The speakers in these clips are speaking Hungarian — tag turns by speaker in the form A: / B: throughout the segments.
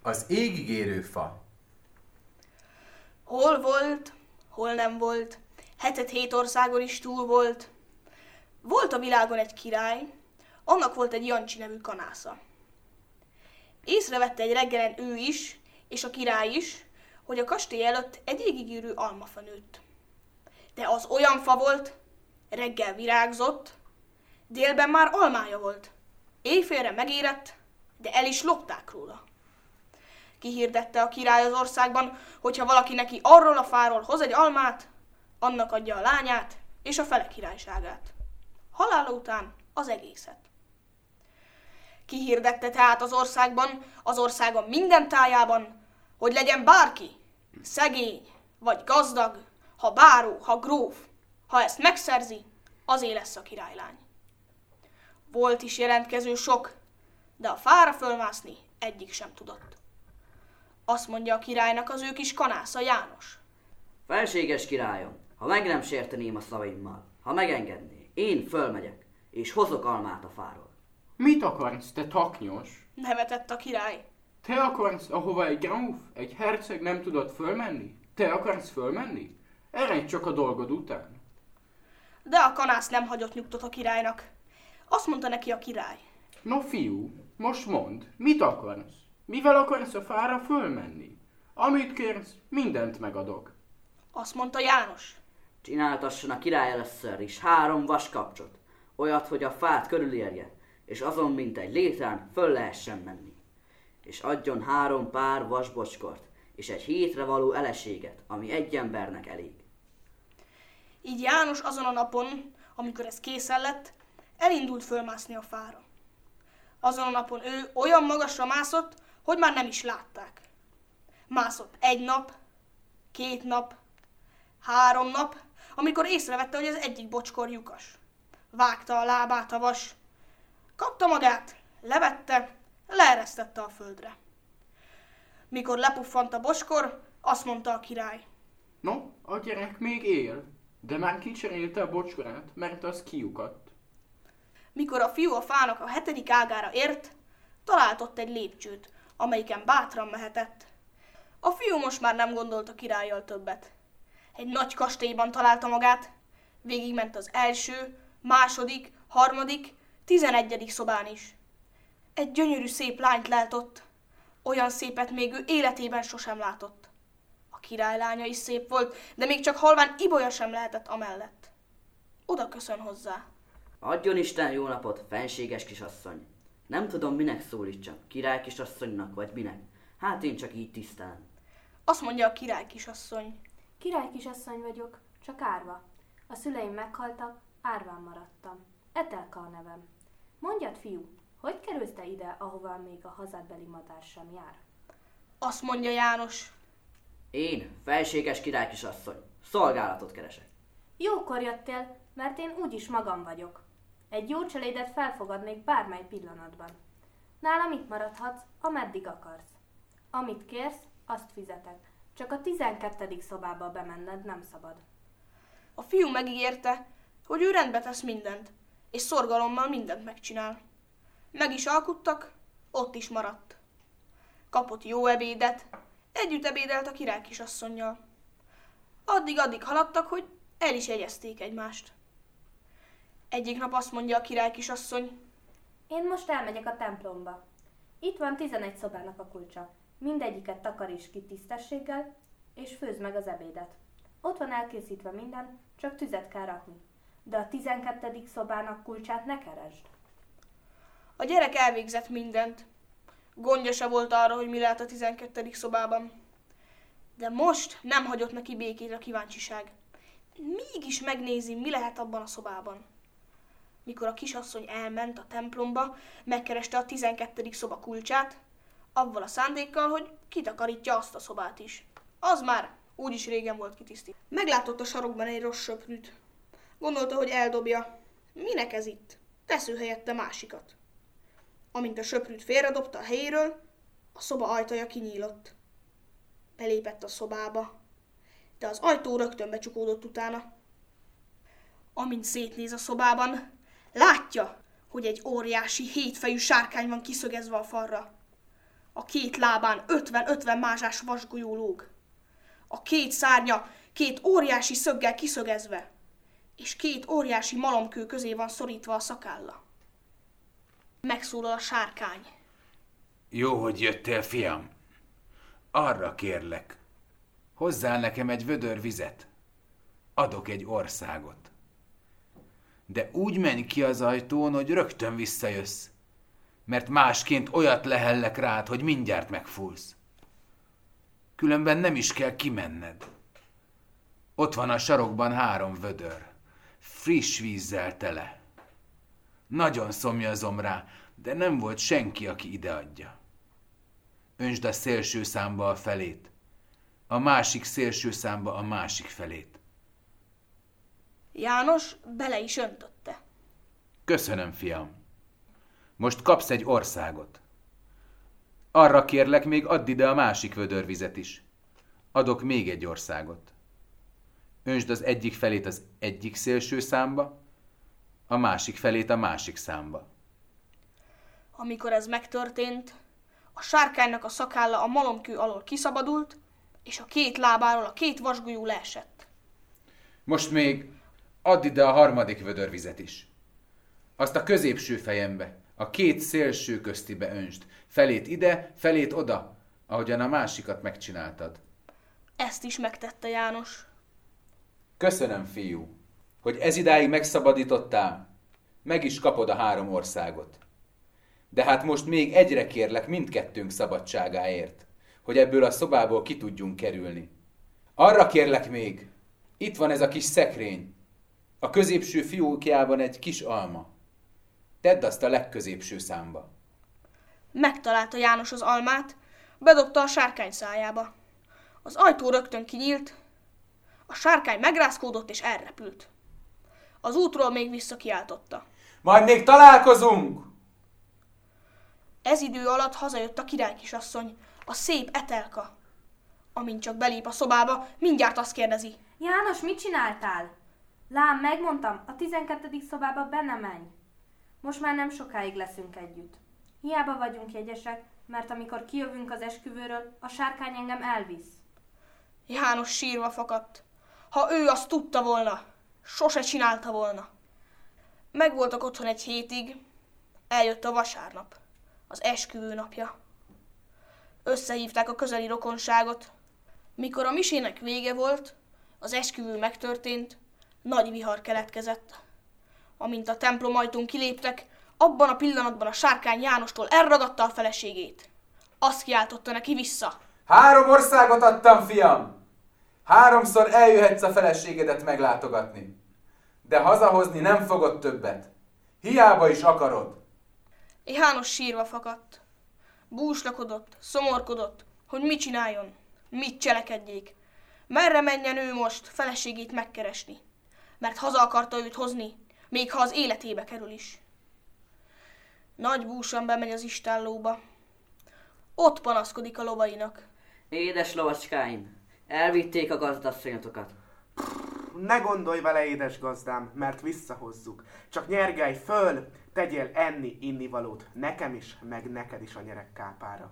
A: Az égig érő fa.
B: Hol volt, hol nem volt, 7 országon is túl volt. Volt a világon egy király, annak volt egy Jancsi nevű kanásza. Észrevette egy reggelen ő is, és a király is, hogy a kastély előtt egy égig érő almafa nőtt. De az olyan fa volt, reggel virágzott, délben már almája volt. Éjfélre megérett, de el is lopták róla. Kihirdette a király az országban, hogyha valaki neki arról a fáról hoz egy almát, annak adja a lányát és a fele királyságát. Halála után az egészet. Kihirdette tehát az országon minden tájában, hogy legyen bárki, szegény vagy gazdag, ha báró, ha gróf, ha ezt megszerzi, azé lesz a királylány. Volt is jelentkező sok, de a fára fölmászni egyik sem tudott. Azt mondja a királynak az ő kis kanásza, János.
C: Felséges királyom, ha meg nem sérteném a szavaimmal, ha megengedné, én fölmegyek, és hozok almát a fáról.
D: Mit akarsz, te taknyos?
B: Nevetett a király.
D: Te akarsz, ahova egy gróf, egy herceg nem tudott fölmenni? Te akarsz fölmenni? Eredj csak a dolgod után.
B: De a kanász nem hagyott nyugtot a királynak. Azt mondta neki a király.
D: No fiú, most mondd, mit akarsz? Mivel akarsz a fára fölmenni? Amit kérsz, mindent megadok.
B: Azt mondta János.
C: Csináltasson a király először is 3 vaskapcsot, olyat, hogy a fát körülérje, és azon, mint egy létrán, föl lehessen menni. És adjon 3 pár vasbocskort, és egy hétre való eleséget, ami egy embernek elég.
B: Így János azon a napon, amikor ez készen lett, elindult fölmászni a fára. Azon a napon ő olyan magasra mászott, hogy már nem is látták. Mászott 1 nap, 2 nap, 3 nap, amikor észrevette, hogy az egyik bocskor lyukas. Vágta a lábát a vas, kapta magát, levette, leeresztette a földre. Mikor lepuffant a bocskor, azt mondta a király.
D: No, a gyerek még él, de már kicserélte a bocskorát, mert az kiukadt.
B: Mikor a fiú a fának a 7. ágára ért, talált ott egy lépcsőt, amelyiken bátran mehetett. A fiú most már nem gondolt a királlyal többet. Egy nagy kastélyban találta magát, végigment az 1., 2., 3., 11. szobán is. Egy gyönyörű szép lányt lelt ott, olyan szépet még ő életében sosem látott. A királylánya is szép volt, de még csak halvány ibolya sem lehetett amellett. Oda köszön hozzá.
C: Adjon Isten jó napot, fenséges kisasszony. Nem tudom, minek szólítsam, király kisasszonynak vagy minek. Hát én csak így tisztelem.
B: Azt mondja a király kisasszony.
E: Király kisasszony vagyok, csak árva. A szüleim meghaltak, árván maradtam. Etelka a nevem. Mondjad, fiú, hogy kerülsz te ide, ahova még a hazádbeli madár sem jár?
B: Azt mondja János.
C: Én, felséges király kisasszony, szolgálatot keresek.
E: Jókor jöttél, mert én úgyis magam vagyok. Egy jó cselédet felfogadnék bármely pillanatban. Nálam itt maradhatsz, ameddig akarsz. Amit kérsz, azt fizetek. Csak a 12. szobába bemenned nem szabad.
B: A fiú megígérte, hogy ő rendbe tesz mindent, és szorgalommal mindent megcsinál. Meg is alkuttak, ott is maradt. Kapott jó ebédet, együtt ebédelt a király kisasszonnyal. Addig haladtak, hogy el is jegyezték egymást. Egyik nap azt mondja a király kisasszony.
E: Én most elmegyek a templomba. Itt van 11 szobának a kulcsa. Mindegyiket takaríts ki tisztességgel, és főzd meg az ebédet. Ott van elkészítve minden, csak tüzet kell rakni. De a 12. szobának kulcsát ne keresd.
B: A gyerek elvégzett mindent. Gondja se volt arra, hogy mi lehet a 12. szobában. De most nem hagyott neki békét a kíváncsiság. Mégis megnézi, mi lehet abban a szobában. Mikor a kisasszony elment a templomba, megkereste a 12. szoba kulcsát, avval a szándékkal, hogy kitakarítja azt a szobát is. Az már úgyis régen volt kitisztítva. Meglátott a sarokban egy rossz söprűt. Gondolta, hogy eldobja. Minek ez itt? Tesző helyette másikat. Amint a söprűt félredobta a helyéről, a szoba ajtaja kinyílott. Belépett a szobába, de az ajtó rögtön becsukódott utána. Amint szétnéz a szobában, látja, hogy egy óriási 7 fejű sárkány van kiszögezve a falra. A két lábán 50-50 mázsás vasgolyó lóg. A két szárnya két óriási szöggel kiszögezve, és két óriási malomkő közé van szorítva a szakálla. Megszólal a sárkány.
A: Jó, hogy jöttél, fiam. Arra kérlek, hozzál nekem egy vödör vizet. Adok egy országot. De úgy menj ki az ajtón, hogy rögtön visszajössz, mert másként olyat lehellek rád, hogy mindjárt megfúlsz. Különben nem is kell kimenned. Ott van a sarokban 3 vödör, friss vízzel tele. Nagyon szomjazom rá, de nem volt senki, aki ideadja. Öntsd a szélső számba a felét, a másik szélső számba a másik felét.
B: János bele is öntötte.
A: Köszönöm, fiam. Most kapsz egy országot. Arra kérlek, még add ide a másik vödörvizet is. Adok még egy országot. Öntsd az egyik felét az egyik szélső számba, a másik felét a másik számba.
B: Amikor ez megtörtént, a sárkánynak a szakálla a malomkő alól kiszabadult, és a két lábáról a két vasgolyó leesett.
A: Most még add ide a harmadik vödörvizet is. Azt a középső fejembe, a két szélső köztibe öntsd. Felét ide, felét oda, ahogyan a másikat megcsináltad.
B: Ezt is megtette János.
A: Köszönöm, fiú, hogy ez idáig megszabadítottál. Meg is kapod a 3 országot. De hát most még egyre kérlek mindkettőnk szabadságáért, hogy ebből a szobából ki tudjunk kerülni. Arra kérlek még, itt van ez a kis szekrény. A középső fiókjában egy kis alma. Tedd azt a legközépső számba.
B: Megtalálta János az almát, bedobta a sárkány szájába. Az ajtó rögtön kinyílt, a sárkány megrázkódott és elrepült. Az útról még visszakiáltotta.
A: Majd még találkozunk!
B: Ez idő alatt hazajött a királykisasszony, a szép Etelka. Amint csak belép a szobába, mindjárt azt kérdezi.
E: János, mit csináltál? Lám, megmondtam, a 12. szobába be ne menj. Most már nem sokáig leszünk együtt. Hiába vagyunk jegyesek, mert amikor kijövünk az esküvőről, a sárkány engem elvisz.
B: János sírva fakadt. Ha ő azt tudta volna, sose csinálta volna. Megvoltak otthon egy hétig, eljött a vasárnap, az esküvő napja. Összehívták a közeli rokonságot. Mikor a misének vége volt, az esküvő megtörtént, nagy vihar keletkezett. Amint a templom ajtón kiléptek, abban a pillanatban a sárkány Jánostól elragadta a feleségét. Azt kiáltotta neki vissza.
A: 3 országot adtam, fiam! 3-szor eljöhetsz a feleségedet meglátogatni. De hazahozni nem fogod többet. Hiába is akarod.
B: János sírva fakadt. Búslakodott, szomorkodott, hogy mit csináljon, mit cselekedjék. Merre menjen ő most feleségét megkeresni, mert haza akarta őt hozni, még ha az életébe kerül is. Nagy búsan bemegy az istállóba. Ott panaszkodik a lovainak.
C: Édes lovacskáim, elvitték a gazdasszonyotokat.
F: Ne gondolj vele, édes gazdám, mert visszahozzuk. Csak nyergelj föl, tegyél enni-innivalót nekem is, meg neked is a nyeregkápára.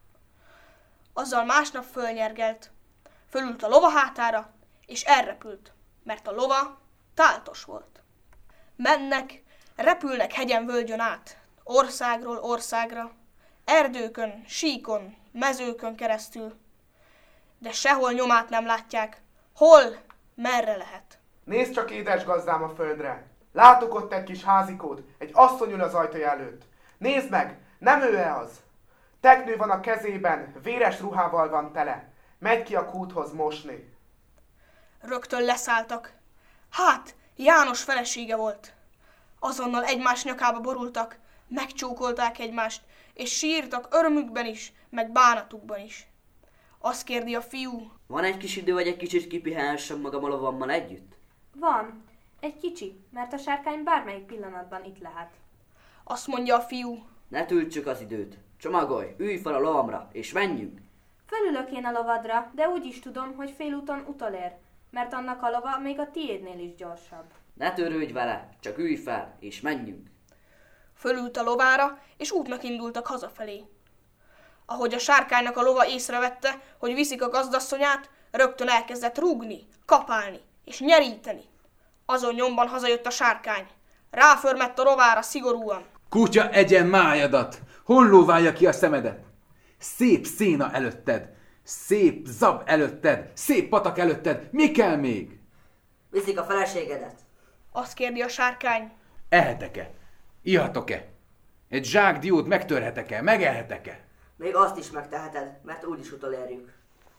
B: Azzal másnap fölnyergelt. Fölült a lova hátára, és elrepült, mert a lova táltos volt. Mennek, repülnek hegyen-völgyön át, országról országra, erdőkön, síkon, mezőkön keresztül, de sehol nyomát nem látják, hol, merre lehet.
F: Nézd csak, édes gazdám, a földre! Látok ott egy kis házikót, egy asszony ül az ajtaja előtt. Nézd meg, nem ő-e az? Teknő van a kezében, véres ruhával van tele. Megy ki a kúthoz mosni.
B: Rögtön leszálltak. Hát, János felesége volt. Azonnal egymás nyakába borultak, megcsókolták egymást, és sírtak örömükben is, meg bánatukban is. Azt kérdi a fiú.
C: Van egy kis idő, vagy egy kicsit kipihenhessem magam a lovammal együtt?
E: Van. Egy kicsi, mert a sárkány bármelyik pillanatban itt lehet.
B: Azt mondja a fiú.
C: Ne töltsük az időt. Csomagolj, ülj fel a lovamra, és menjünk.
E: Fölülök én a lovadra, de úgy is tudom, hogy félúton utolér, mert annak a lova még a tiédnél is gyorsabb.
C: Ne törődj vele, csak ülj fel, és menjünk.
B: Fölült a lovára, és útnak indultak hazafelé. Ahogy a sárkánynak a lova észrevette, hogy viszik a gazdasszonyát, rögtön elkezdett rúgni, kapálni és nyeríteni. Azon nyomban hazajött a sárkány. Ráförmett a rovára szigorúan.
A: Kutya, egyen májadat! Hollóválja ki a szemedet! Szép széna előtted! Szép zab előtted! Szép patak előtted! Mi kell még?
C: Viszik a feleségedet.
B: Azt kérdi a sárkány.
A: Ehetek-e? Ihatok-e? Egy zsák diót megtörhetek-e? Megehetek-e?
C: Még azt is megteheted, mert úgyis utolérjük.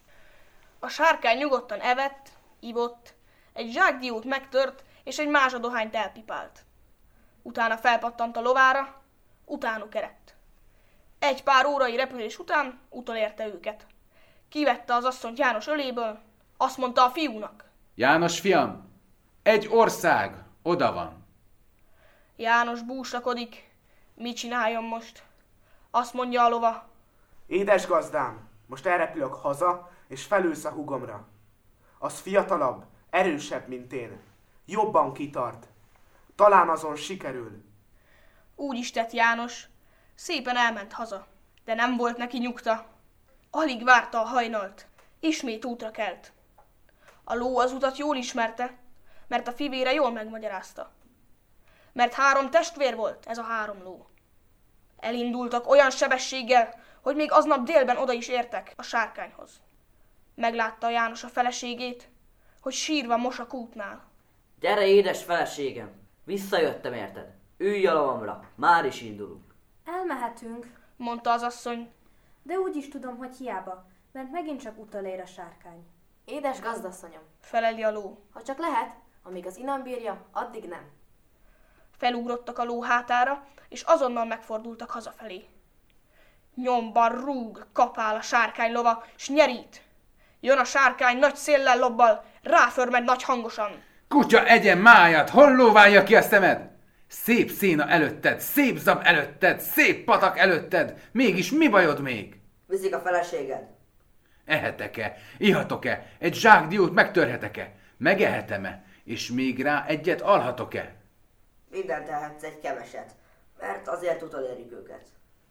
B: A sárkány nyugodtan evett, ivott, egy zsák diót megtört, és egy mázsadohányt elpipált. Utána felpattant a lovára, utánuk eredt. Egy pár órai repülés után utolérte őket. Kivette az asszonyt János öléből, azt mondta a fiúnak.
A: János fiam, egy ország oda van.
B: János búslakodik, mit csináljon most? Azt mondja a lova.
F: Édes gazdám, most elrepülök haza, és felülsz a húgomra. Az fiatalabb, erősebb, mint én. Jobban kitart. Talán azon sikerül.
B: Úgy is tett János. Szépen elment haza, de nem volt neki nyugta. Alig várta a hajnalt. Ismét útra kelt. A ló az utat jól ismerte, mert a fivére jól megmagyarázta. Mert 3 testvér volt ez a 3 ló. Elindultak olyan sebességgel, hogy még aznap délben oda is értek a sárkányhoz. Meglátta János a feleségét, hogy sírva mos a kútnál.
C: Gyere, édes feleségem, visszajöttem érted. Ülj a lovamra, már is indulunk.
E: Elmehetünk,
B: Mondta az asszony.
E: de úgy is tudom, hogy hiába, mert megint csak utolér a sárkány.
G: Édes gazdasszonyom,
B: Feleli a ló.
G: ha csak lehet, amíg az inam bírja, addig nem.
B: Felugrottak a ló hátára, és azonnal megfordultak hazafelé. Nyomban rúg, kapál a sárkány lova, s nyerít. Jön a sárkány nagy széllel lobbal, ráförmed nagy hangosan.
A: Kutya, egyen májat! Hollóválja ki a szemed! Szép széna előtted, szép zab előtted, szép patak előtted! Mégis mi bajod még?
C: Viszik a feleséged.
A: Ehetek-e? Ihatok-e? Egy zsák diót megtörhetek-e? Megehetem-e? És még rá egyet alhatok-e?
C: Mindent tehetsz egy keveset, mert azért utolérjük őket.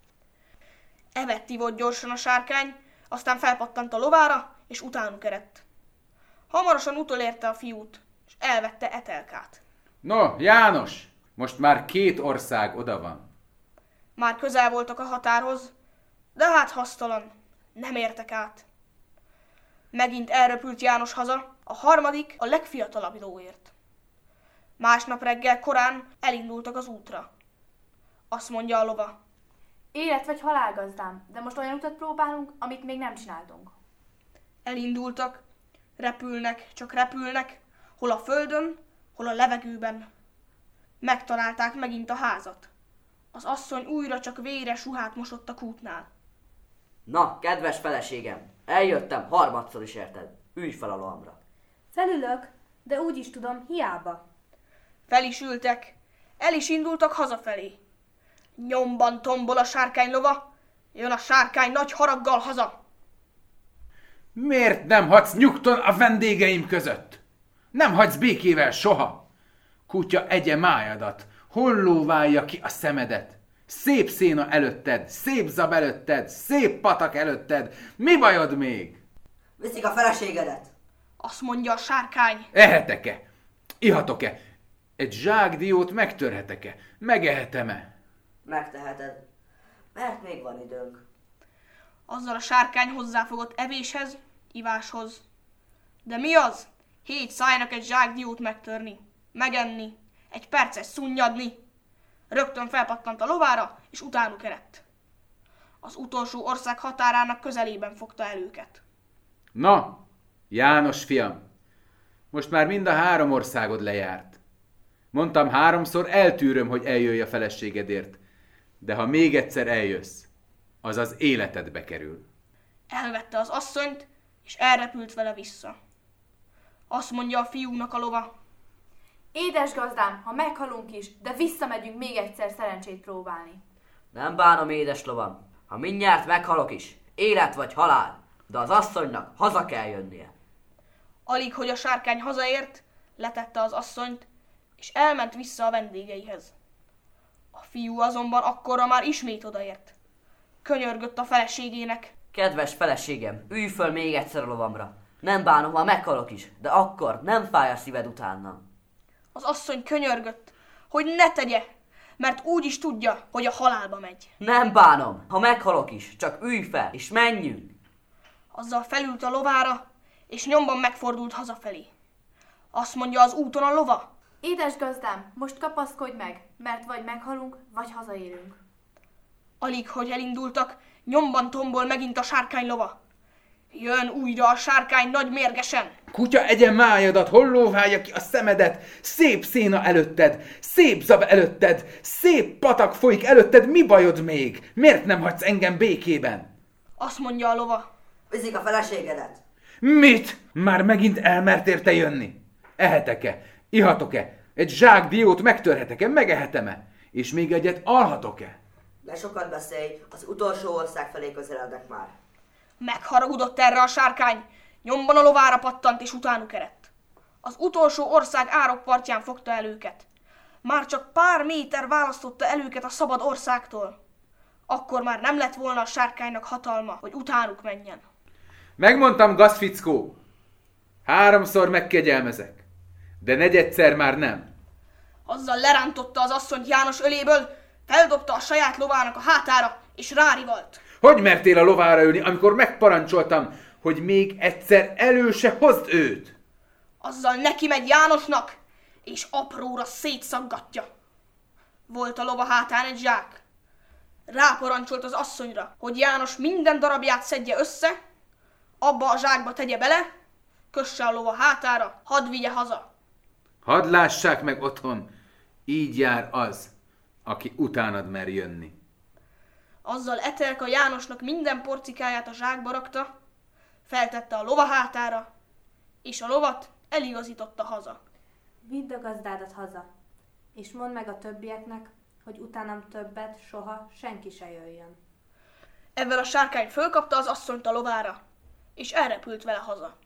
B: Evett ivott gyorsan a sárkány, aztán felpattant a lovára, és utánuk eredt. Hamarosan utolérte a fiút, és elvette Etelkát.
A: No, János, most már 2 ország oda van.
B: Már közel voltak a határhoz, de hát hasztalan, nem értek át. Megint elröpült János haza, a harmadik, a legfiatalabb lóért. Másnap reggel korán elindultak az útra. Azt mondja a lova.
G: Élet vagy halál, gazdám, de most olyan utat próbálunk, amit még nem csináltunk.
B: Elindultak, repülnek, csak repülnek, hol a földön, hol a levegőben. Megtalálták megint a házat. Az asszony újra csak véres ruhát mosott a kútnál.
C: Na, kedves feleségem, eljöttem harmadszor is érted. Ülj fel a lohamra.
E: Felülök, de úgy is tudom, hiába.
B: Fel is ültek, el is indultak hazafelé. Nyomban tombol a sárkány lova, jön a sárkány nagy haraggal haza.
A: Miért nem hagysz nyugton a vendégeim között? Nem hagysz békével soha. Kutya, egye májadat, hollóválja ki a szemedet. Szép széna előtted, szép zab előtted, szép patak előtted. Mi bajod még?
C: Viszik a feleségedet.
B: Azt mondja a sárkány.
A: Ehetek-e? Ihatok-e? Egy zsák diót megtörhetek-e? Megehetem-e?
C: Megteheted, mert még van időnk.
B: Azzal a sárkány hozzáfogott evéshez, iváshoz. De mi az? 7 szájnak egy zsákdiót megtörni, megenni, egy percet szunnyadni. Rögtön felpattant a lovára, és utánuk eredt. Az utolsó ország határának közelében fogta el őket.
A: Na, János fiam, most már mind a 3 országod lejárt. Mondtam 3-szor, eltűröm, hogy eljöjj a feleségedért, de ha még egyszer eljössz, az az életedbe kerül.
B: Elvette az asszonyt, és elrepült vele vissza. Azt mondja a fiúnak a lova.
G: Édes gazdám, ha meghalunk is, de visszamegyünk még egyszer szerencsét próbálni.
C: Nem bánom, édes lovam, ha mindjárt meghalok is, élet vagy halál, de az asszonynak haza kell jönnie.
B: Alig, hogy a sárkány hazaért, letette az asszonyt, és elment vissza a vendégeihez. A fiú azonban akkorra már ismét odaért. könyörgött a feleségének.
C: Kedves feleségem, ülj föl még egyszer a lovamra. Nem bánom, ha meghalok is, de akkor nem fáj a szíved utána.
B: Az asszony könyörgött, hogy ne tegye, mert úgy is tudja, hogy a halálba megy.
C: Nem bánom, ha meghalok is, csak ülj fel, és menjünk.
B: Azzal felült a lovára, és nyomban megfordult hazafelé. Azt mondja az úton a lova:
G: Édes gazdám, most kapaszkodj meg, mert vagy meghalunk, vagy hazaérünk.
B: alig, hogy elindultak, nyomban tombol megint a sárkány lova. Jön újra a sárkány nagy mérgesen.
A: Kutya, egye májadat, hol lóválja ki a szemedet, szép széna előtted, szép zab előtted, szép patak folyik előtted, mi bajod még? Miért nem hagysz engem békében?
B: Azt mondja a lova:
C: Viszik a feleségedet.
A: Mit? Már megint elmert érte jönni? Ehetek-e? Ihatok-e? Egy zsák diót megtörhetek-e? Megehetem-e? És még egyet alhatok-e?
C: Ne sokat beszélj, az utolsó ország felé közelednek már.
B: Megharagudott erre a sárkány, nyomban a lovára pattant és utánuk eredt. Az utolsó ország árokpartján fogta el őket. Már csak pár méter választotta el őket a szabad országtól. Akkor már nem lett volna a sárkánynak hatalma, hogy utánuk menjen.
A: Megmondtam, gazfickó, 3-szor megkegyelmezek, de negyedszer már nem.
B: Azzal lerántotta az asszonyt János öléből, feldobta a saját lovának a hátára, és rárivalt.
A: Hogy mertél a lovára ülni, amikor megparancsoltam, hogy még egyszer elő se hozd őt?
B: Azzal neki megy Jánosnak, és apróra szétszaggatja. Volt a lova hátán egy zsák. Ráparancsolt az asszonyra, hogy János minden darabját szedje össze, abba a zsákba tegye bele, kösse a lova hátára, hadd vigye haza.
A: Hadd lássák meg otthon, így jár az, aki utánad mer jönni.
B: Azzal Etelka Jánosnak minden porcikáját a zsákba rakta, feltette a lova hátára, és a lovat eligazította haza.
E: Vidd a gazdádat haza, és mondd meg a többieknek, hogy utánam többet soha senki se jöjjön.
B: Ezzel a sárkány fölkapta az asszonyt a lovára, és elrepült vele haza.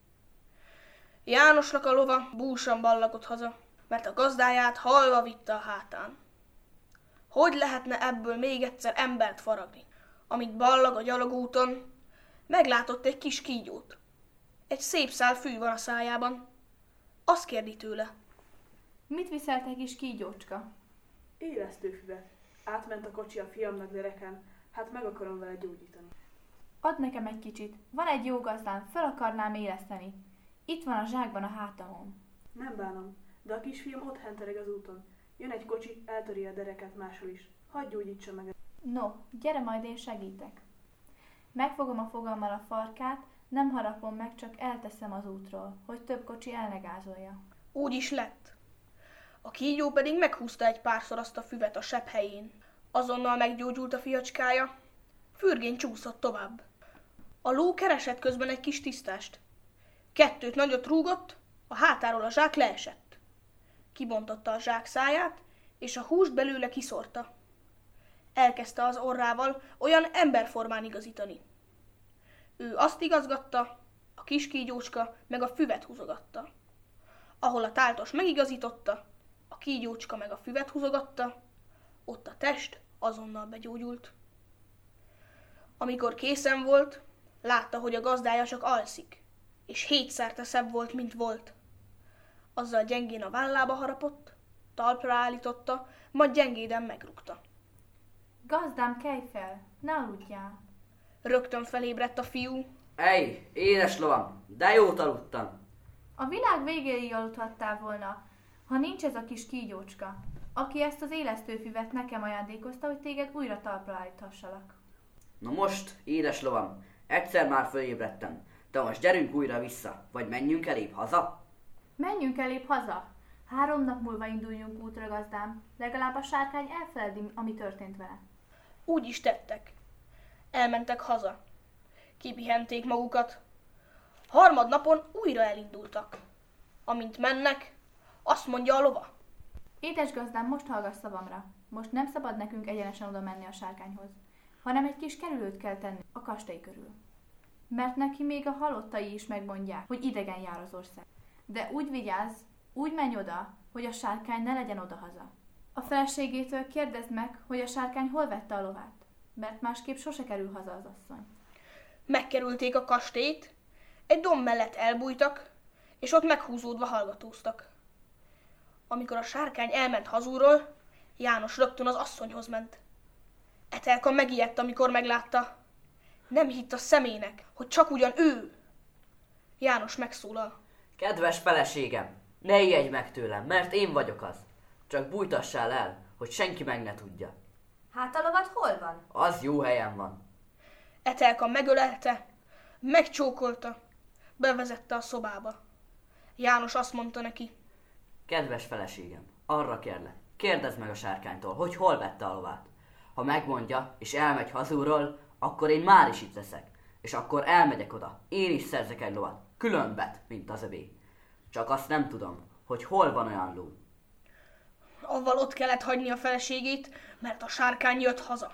B: Jánosnak a lova búsan ballagott haza, mert a gazdáját halva vitte a hátán. Hogy lehetne ebből még egyszer embert faragni? Amint ballag a gyalogúton, meglátott egy kis kígyót. Egy szép szál fű van a szájában. Azt kérdi tőle:
G: Mit viszel te, kis kígyócska?
H: Élesztőfüvet. Átment a kocsi a fiamnak dereken, hát meg akarom vele gyógyítani.
G: Add nekem egy kicsit. Van egy jó gazdám, fel akarnám éleszteni. Itt van a zsákban a hátamon.
H: Nem bánom, de a kisfiam ott hentereg az úton. Jön egy kocsi, eltöri a dereket máshol is. Hadd gyógyítsa meg.
G: No, gyere majd, én segítek. Megfogom a fogammal a farkát, nem harapom meg, csak elteszem az útról, hogy több kocsi el ne gázolja.
B: Úgy is lett. A kígyó pedig meghúzta egy párszor azt a füvet a sebb helyén. Azonnal meggyógyult a fiacskája, fürgén csúszott tovább. A ló keresett közben egy kis tisztást. 2 nagyot rúgott, a hátáról a zsák leesett. Kibontotta a zsák száját, és a húst belőle kiszórta. Elkezdte az orrával olyan emberformán igazítani. Ő azt igazgatta, a kis kígyócska meg a füvet húzogatta. Ahol a táltos megigazította, a kígyócska meg a füvet húzogatta, ott a test azonnal begyógyult. Amikor készen volt, látta, hogy a gazdája csak alszik, és 7-szerte szebb volt, mint volt. Azzal gyengén a vállába harapott, talpra állította, majd gyengéden megrúgta.
G: Gazdám, kelj fel, ne aludjál.
B: Rögtön felébredt a fiú.
C: Ej, édes lovam, de jót aludtam.
G: A világ végéig aludhattál volna, ha nincs ez a kis kígyócska, aki ezt az élesztőfüvet nekem ajándékozta, hogy téged újra talpra állíthassalak.
C: Na most, édes lovam, egyszer már fölébredtem, de most gyerünk újra vissza, vagy menjünk elébb haza?
G: Menjünk elébb haza. 3 nap múlva induljunk útra, gazdám. Legalább a sárkány elfeledi, ami történt vele.
B: Úgy is tettek. Elmentek haza. Kipihenték magukat. Harmadnapon újra elindultak. Amint mennek, azt mondja a lova:
G: Édes gazdám, most hallgass szavamra. Most nem szabad nekünk egyenesen oda menni a sárkányhoz, hanem egy kis kerülőt kell tenni a kastély körül. Mert neki még a halottai is megmondják, hogy idegen jár az ország. De úgy vigyázz, úgy menj oda, hogy a sárkány ne legyen odahaza. A feleségétől kérdezd meg, hogy a sárkány hol vette a lovát. mert másképp sose kerül haza az asszony.
B: Megkerülték a kastélyt, egy domb mellett elbújtak, és ott meghúzódva hallgatóztak. Amikor a sárkány elment hazulról, János rögtön az asszonyhoz ment. Etelka megijedt, amikor meglátta. Nem hitt a szemének, hogy csak ugyan ő. János megszólal.
C: Kedves feleségem, ne ijedj meg tőlem, mert én vagyok az. Csak bújtassál el, hogy senki meg ne tudja.
E: Hát a lovat hol van?
C: Az jó helyen van.
B: Etelka megölelte, megcsókolta, bevezette a szobába. János azt mondta neki.
C: Kedves feleségem, arra kérlek, kérdezd meg a sárkánytól, hogy hol vette a lovát. Ha megmondja, és elmegy hazulról, akkor én már is itt leszek. És akkor elmegyek oda, én is szerzek egy lovat, különbet, mint az övé. Csak azt nem tudom, hogy hol van olyan ló.
B: Avval ott kellett hagyni a feleségét, mert a sárkány jött haza.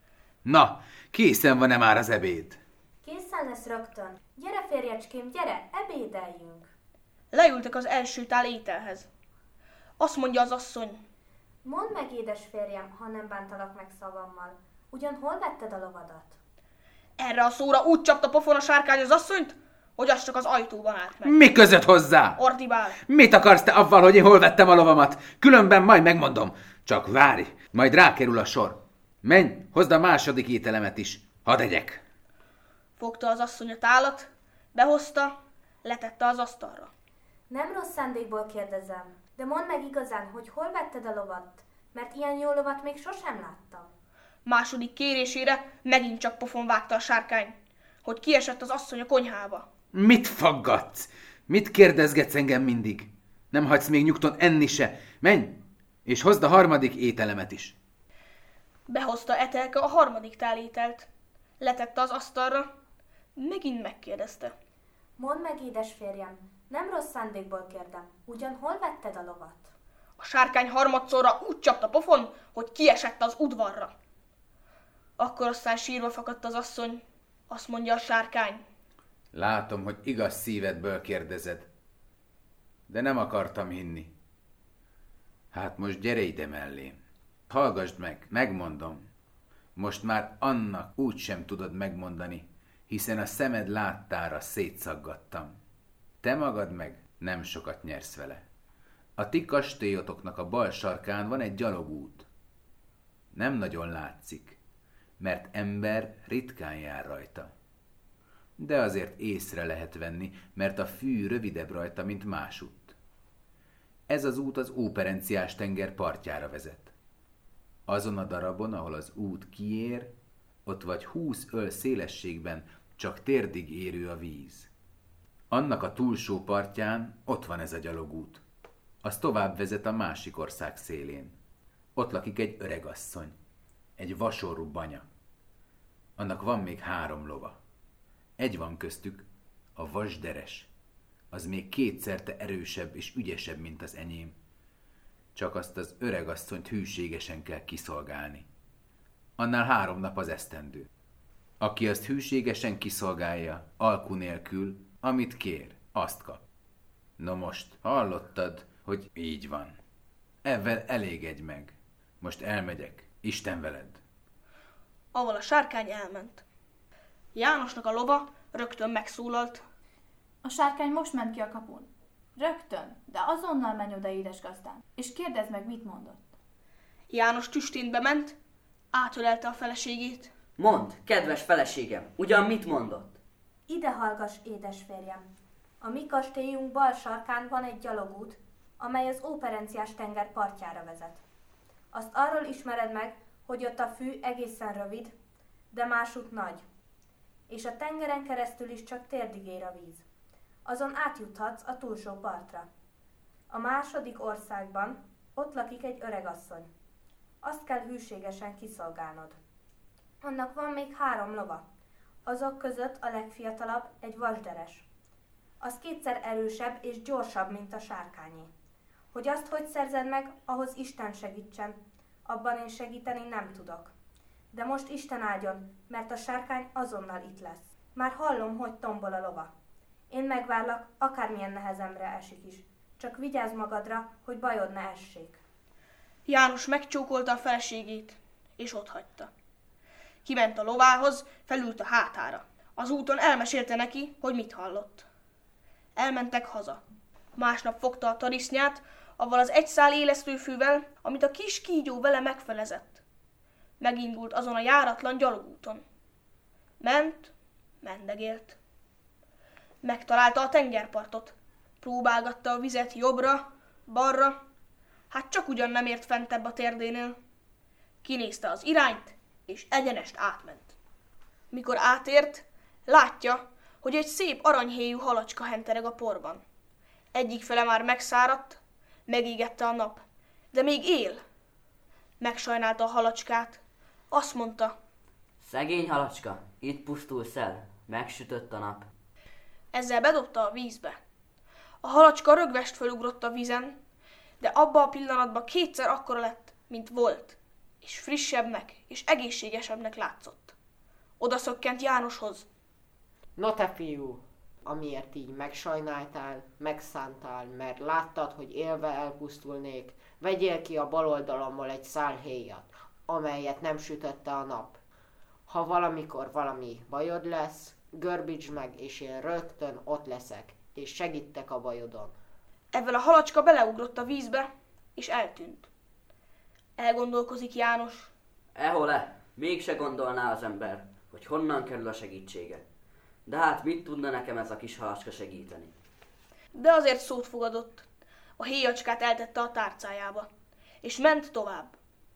A: Na, készen van-e már az ebéd?
E: Készen lesz rögtön. Gyere, férjecském, gyere, ebédeljünk.
B: Leültek az első tál ételhez. Azt mondja az asszony.
E: Mondd meg, édes férjem, ha nem bántalak meg szavammal. Ugyan hol vetted a lovadat?
B: Erre a szóra úgy csapta pofon a sárkány az asszonyt, hogy az csak az ajtóban állt meg.
A: Mi között hozzá?
B: Ordibál.
A: Mit akarsz te avval, hogy én hol vettem a lovamat? Különben majd megmondom. Csak várj, majd rákerül a sor. Menj, hozd a második ételemet is. Hadd egyek.
B: Fogta az asszony a tálat, behozta, letette az asztalra.
E: Nem rossz szándékból kérdezem, de mondd meg igazán, hogy hol vetted a lovat, mert ilyen jó lovat még sosem láttam.
B: Második kérésére megint csak pofon vágta a sárkány, hogy kiesett az asszony a konyhába.
A: Mit faggatsz? Mit kérdezgetsz engem mindig? Nem hagysz még nyugton enni se. Menj, és hozd a harmadik ételemet is.
B: Behozta Etelka a harmadik tál ételt, letette az asztalra, megint megkérdezte.
E: Mondd meg, édes férjem, nem rossz szándékból kérdem, ugyan hol vetted a lovat?
B: A sárkány harmadszorra úgy csapta pofon, hogy kiesett az udvarra. Akkor aztán sírva fakadt az asszony, azt mondja a sárkány.
A: Látom, hogy igaz szívedből kérdezed, de nem akartam hinni. Hát most gyere ide mellém. Hallgasd meg, megmondom. Most már annak úgy sem tudod megmondani, hiszen a szemed láttára szétszaggattam. Te magad meg nem sokat nyersz vele. A ti kastélyotoknak a bal sarkán van egy gyalogút. Nem nagyon látszik, mert ember ritkán jár rajta. De azért észre lehet venni, mert a fű rövidebb rajta, mint másutt. Ez az út az Óperenciás tenger partjára vezet. Azon a darabon, ahol az út kiér, ott vagy 20 öl szélességben csak térdig érő a víz. Annak a túlsó partján ott van ez a gyalogút. Az tovább vezet a másik ország szélén. Ott lakik egy öregasszony, egy vasorú banya. Annak van még 3 lova. Egy van köztük, a vasderes. Az még 2-szerte erősebb és ügyesebb, mint az enyém. Csak azt az öregasszonyt hűségesen kell kiszolgálni. Annál 3 nap az esztendő. Aki azt hűségesen kiszolgálja, alku nélkül, amit kér, azt kap. No most, hallottad, hogy így van. Ezzel elégedj meg. Most elmegyek, Isten veled.
B: Avval a sárkány elment. Jánosnak a lova rögtön megszólalt.
G: A sárkány most ment ki a kapun. Rögtön, de azonnal menj oda, édes gazdám, és kérdezd meg, mit mondott.
B: János tüstén bement, átölelte a feleségét.
C: Mondd, kedves feleségem, ugyan mit mondott?
E: Ide hallgass, édes férjem. A mi kastélyunk bal sarkán van egy gyalogút, amely az Óperenciás tenger partjára vezet. Azt arról ismered meg, hogy ott a fű egészen rövid, de másút nagy, és a tengeren keresztül is csak térdig ér a víz. Azon átjuthatsz a túlsó partra. A második országban ott lakik egy öregasszony. Azt kell hűségesen kiszolgálnod. Annak van még 3 lova. Azok között a legfiatalabb egy vasderes. Az 2-szer erősebb és gyorsabb, mint a sárkányé. Hogy azt hogy szerzed meg, ahhoz Isten segítsen. Abban én segíteni nem tudok. De most Isten áldjon, mert a sárkány azonnal itt lesz. Már hallom, hogy tombol a lova. Én megvárlak, akármilyen nehezemre esik is. Csak vigyázz magadra, hogy bajod ne essék.
B: János megcsókolta a feleségét, és otthagyta. Kiment a lovához, felült a hátára. Az úton elmesélte neki, hogy mit hallott. Elmentek haza. Másnap fogta a tarisznyát, avval az egy szál élesztőfűvel, amit a kis kígyó vele megfelezett. Megindult azon a járatlan gyalogúton. Ment, mendegélt. Megtalálta a tengerpartot. Próbálgatta a vizet jobbra, balra, hát csak ugyan nem ért fentebb a térdénél. Kinézte az irányt, és egyenest átment. Mikor átért, látja, hogy egy szép aranyhéjú halacska hentereg a porban. Egyik fele már megszáradt, megégette a nap, de még él. Megsajnálta a halacskát. Azt mondta,
C: Szegény halacska, itt pusztulsz el, megsütött a nap.
B: ezzel bedobta a vízbe. A halacska rögvest fölugrott a vízen, de abba a pillanatban kétszer akkora lett, mint volt, és frissebbnek és egészségesebbnek látszott. Oda szökkent Jánoshoz.
I: No te fiú, amiért így megsajnáltál, megszántál, mert láttad, hogy élve elpusztulnék, vegyél ki a bal oldalommal egy szál héjat, amelyet nem sütötte a nap. Ha valamikor valami bajod lesz, görbítsd meg, és én rögtön ott leszek, és segítek a bajodon.
B: Ezzel a halacska beleugrott a vízbe, és eltűnt. Elgondolkozik János.
C: Ehole, mégse gondolná az ember, hogy honnan kerül a segítsége. De hát mit tudna nekem ez a kis halacska segíteni?
B: De azért szót fogadott. A héjacskát eltette a tárcájába, és ment tovább.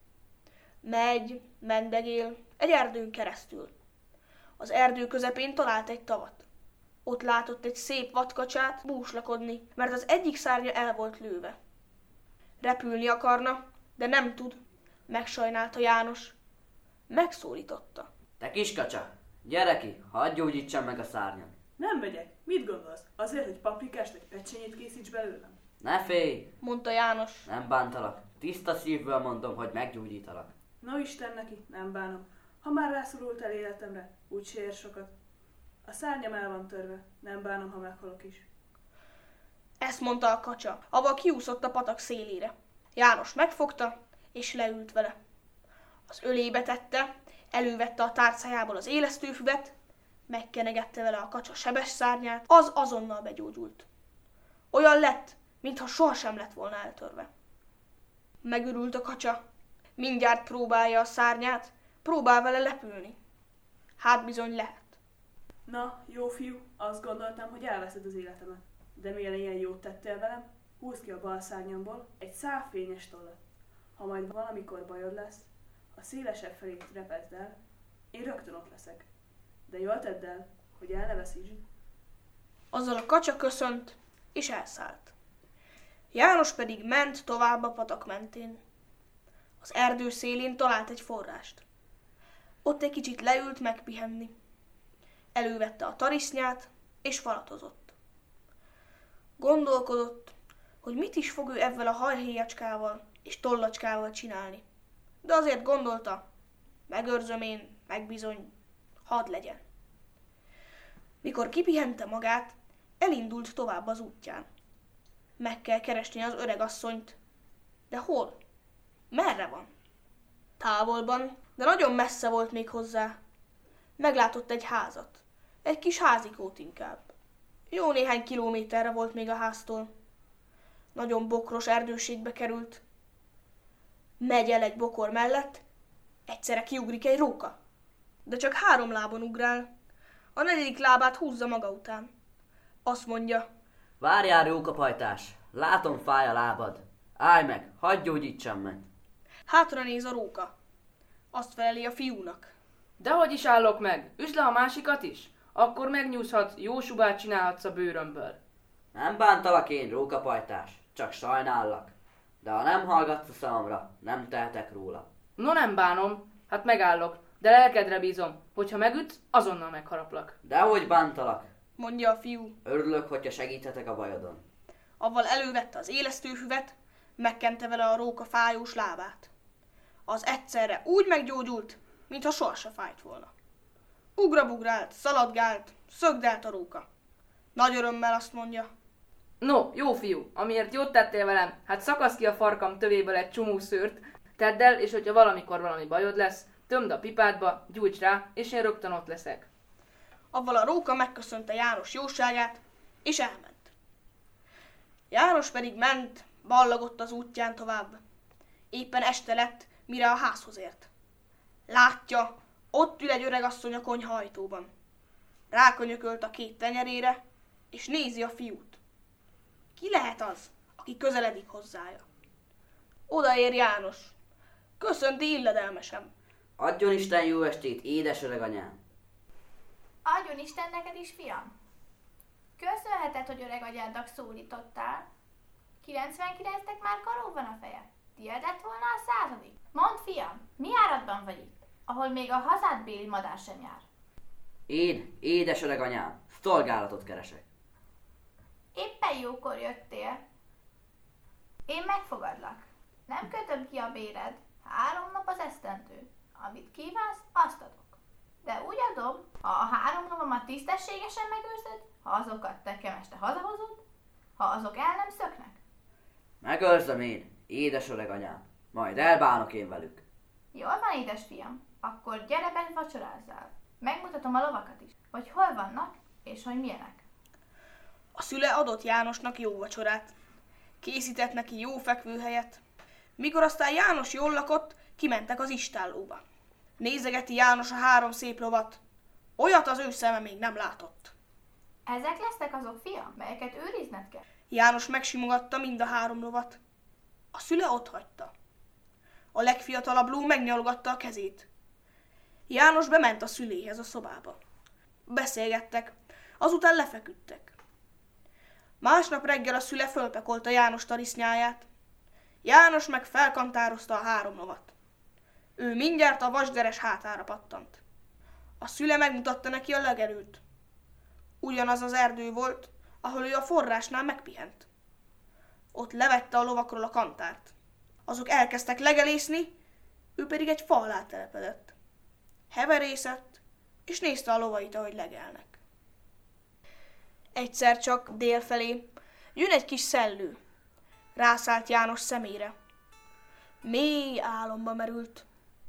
B: Megy, mendegél, egy erdőn keresztül. Az erdő közepén talált egy tavat. Ott látott egy szép vadkacsát búslakodni, mert az egyik szárnya el volt lőve. Repülni akarna, de nem tud. Megsajnálta János. Megszólította.
C: Te kiskacsa, gyere ki, hadd gyógyítsam meg a szárnyon.
H: Nem megyek. Mit gondolsz? Azért, hogy paprikást vagy pecsenyét készíts belőlem?
C: Ne félj,
B: Mondta János.
C: nem bántalak. Tiszta szívből mondom, hogy meggyógyítalak.
H: No Isten neki, nem bánom. Ha már rászorultál életemre, úgyse ér sokat. A szárnyam el van törve, nem bánom, ha meghalok is.
B: Ezt mondta a kacsa, avval kiúszott a patak szélére. János megfogta, és leült vele. Az ölébe tette, elővette a tárcájából az élesztőfüvet, megkenegette vele a kacsa sebes szárnyát, az azonnal begyógyult. Olyan lett, mintha sohasem lett volna eltörve. Megörült a kacsa, mindjárt próbálja a szárnyát, próbál vele lepülni. Hát bizony lehet.
H: Na, jó fiú, azt gondoltam, hogy elveszed az életemet. De milyen ilyen jót tettél velem, húzd ki a bal szárnyamból egy szál fényes tollat. Ha majd valamikor bajod lesz, a szélesebb felét repezd el, én rögtön ott leszek. De jól tedd el, hogy el ne veszítsd.
B: Azzal a kacsa köszönt, és elszállt. János pedig ment tovább a patak mentén. Az erdő szélén talált egy forrást. Ott egy kicsit leült megpihenni. Elővette a tarisznyát, és falatozott. Gondolkodott, hogy mit is fog ő ezzel a hajhéjacskával és tollacskával csinálni. De azért gondolta, megőrzöm én, meg bizony, hadd legyen. Mikor kipihente magát, elindult tovább az útján. Meg kell keresni az öregasszonyt. De hol? Merre van? Távolban, de nagyon messze volt még hozzá. Meglátott egy házat. Egy kis házikót inkább. Jó néhány kilométerre volt még a háztól. Nagyon bokros erdőségbe került. Megy el egy bokor mellett, egyszerre kiugrik egy róka. De csak 3 lábon ugrál. A 4. lábát húzza maga után. Azt mondja,
C: Várjál, rókapajtás, látom fáj a lábad. Állj meg, hadd gyógyítsam meg.
B: hátra néz a róka. Azt feleli a fiúnak.
J: Dehogy is állok meg, üsd le a másikat is. Akkor megnyúzhatsz, jó subát csinálhatsz a bőrömből.
C: Nem bántalak én, rókapajtás, csak sajnállak. De ha nem hallgatsz a szavamra, nem tehetek róla.
J: No nem bánom, hát megállok, de lelkedre bízom, hogyha megütsz, azonnal megharaplak.
C: Dehogy bántalak,
B: Mondja a fiú.
C: örülök, hogyha segíthetek a bajodon.
B: Avval elővette az élesztőfüvet, megkente vele a róka fájós lábát. Az egyszerre úgy meggyógyult, mintha sohasem fájt volna. Ugrabugrált, szaladgált, szögdelt a róka. Nagy örömmel azt mondja,
J: No, jó fiú, amiért jót tettél velem, hát szakaszd ki a farkam tövéből egy csomó szőrt, tedd el, és hogyha valamikor valami bajod lesz, tömd a pipádba, gyújts rá, és én rögtön ott leszek.
B: Avval a róka megköszönte János jóságát, és elment. János pedig ment, ballagott az útján tovább. Éppen este lett, mire a házhoz ért. Látja, ott ül egy öregasszony a konyha ajtóban. Rákönyökölt a két tenyerére, és nézi a fiút. Ki lehet az, aki közeledik hozzája? Odaér János. Köszönti illedelmesen.
C: Adjon Isten jó estét, édes öreg anyám.
G: Adjon Isten neked is, fiam. Köszönheted, hogy öreg agyádnak szólítottál. 99-nek már karó van a feje. Tiéd lett volna a 100. Mondd, fiam, mi áradban vagy itt, ahol még a hazádbéli madár sem jár?
C: Én, édes öreg anyám, szolgálatot keresek.
G: Éppen jókor jöttél. Én megfogadlak. Nem kötöm ki a béred. 3 nap az esztendő. Amit kívánsz, azt adok. De úgy adom, ha a 3 lovamat tisztességesen megőrzöd, ha azokat nekem este hazahozod, ha azok el nem szöknek.
C: Megőrzöm én, édes öreg anyám. Majd elbánok én velük.
G: Jól van, édes fiam. Akkor gyere be, vacsorázzál. Megmutatom a lovakat is, hogy hol vannak, és hogy milyenek.
B: A szüle adott Jánosnak jó vacsorát. Készített neki jó fekvőhelyet. Mikor aztán János jól lakott, kimentek az istállóba. Nézegeti János a 3 szép lovat. Olyat az ő szeme még nem látott.
G: Ezek lesznek azok, fiam, melyeket őrizned kell.
B: János megsimogatta mind a 3 lovat. A szüle otthagyta. A legfiatalabb ló megnyalogatta a kezét. János bement a szüléhez a szobába. Beszélgettek, azután lefeküdtek. Másnap reggel a szüle fölpekolta János tarisznyáját. János meg felkantározta a 3 lovat. Ő mindjárt a vasderes hátára pattant. A szüle megmutatta neki a legelőt. Ugyanaz az erdő volt, ahol ő a forrásnál megpihent. Ott levette a lovakról a kantárt. Azok elkezdtek legelészni, ő pedig egy fa alá telepedett. Heverészett, és nézte a lovait, ahogy legelnek. Egyszer csak délfelé jön egy kis szellő. Rászállt János szemére. Mély álomba merült.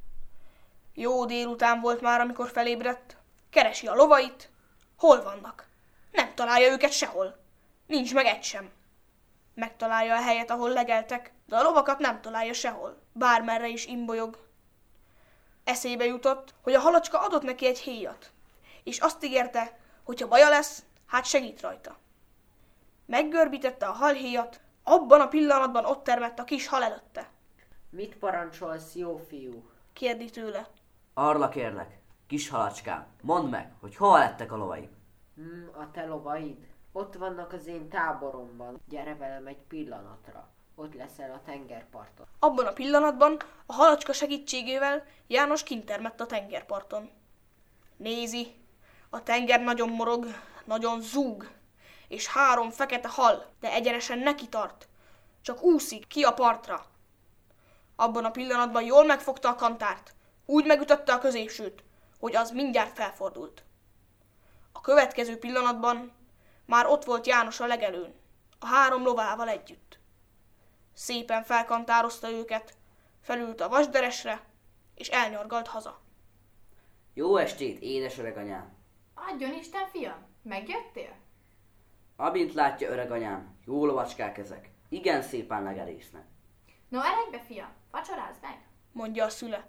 B: Jó délután volt már, amikor felébredt. Keresi a lovait. Hol vannak? Nem találja őket sehol. Nincs meg egy sem. Megtalálja a helyet, ahol legeltek, de a lovakat nem találja sehol. Bármerre is imbolyog. Eszébe jutott, hogy a halacska adott neki egy héjat, és azt ígérte, hogy ha baja lesz, hát segít rajta. Meggörbítette a halhéjat, abban a pillanatban ott termett a kis hal előtte.
I: Mit parancsolsz, jó fiú?
B: Kérdi tőle.
C: Arra kérlek, kis halacskám, mondd meg, hogy hol lettek a lovaim.
I: A te lovaid? Ott vannak az én táboromban. Gyere velem egy pillanatra. Ott leszel a tengerparton.
B: Abban a pillanatban a halacska segítségével János kint termett a tengerparton. Nézi, a tenger nagyon morog, nagyon zúg, és 3 fekete hal, de egyenesen neki tart. Csak úszik ki a partra. Abban a pillanatban jól megfogta a kantárt, úgy megütötte a középsőt, hogy az mindjárt felfordult. A következő pillanatban már ott volt János a legelőn, a 3 lovával együtt. Szépen felkantározta őket, felült a vasderesre, és elnyargalt haza.
C: Jó estét, édes öreg anyám.
G: Adjon Isten, fiam, megjöttél?
C: Amint látja öreg anyám, jó lovacskák ezek. Igen szépen legelésznek.
G: No, eredj be, fiam, vacsorázd meg,
B: mondja a szüle.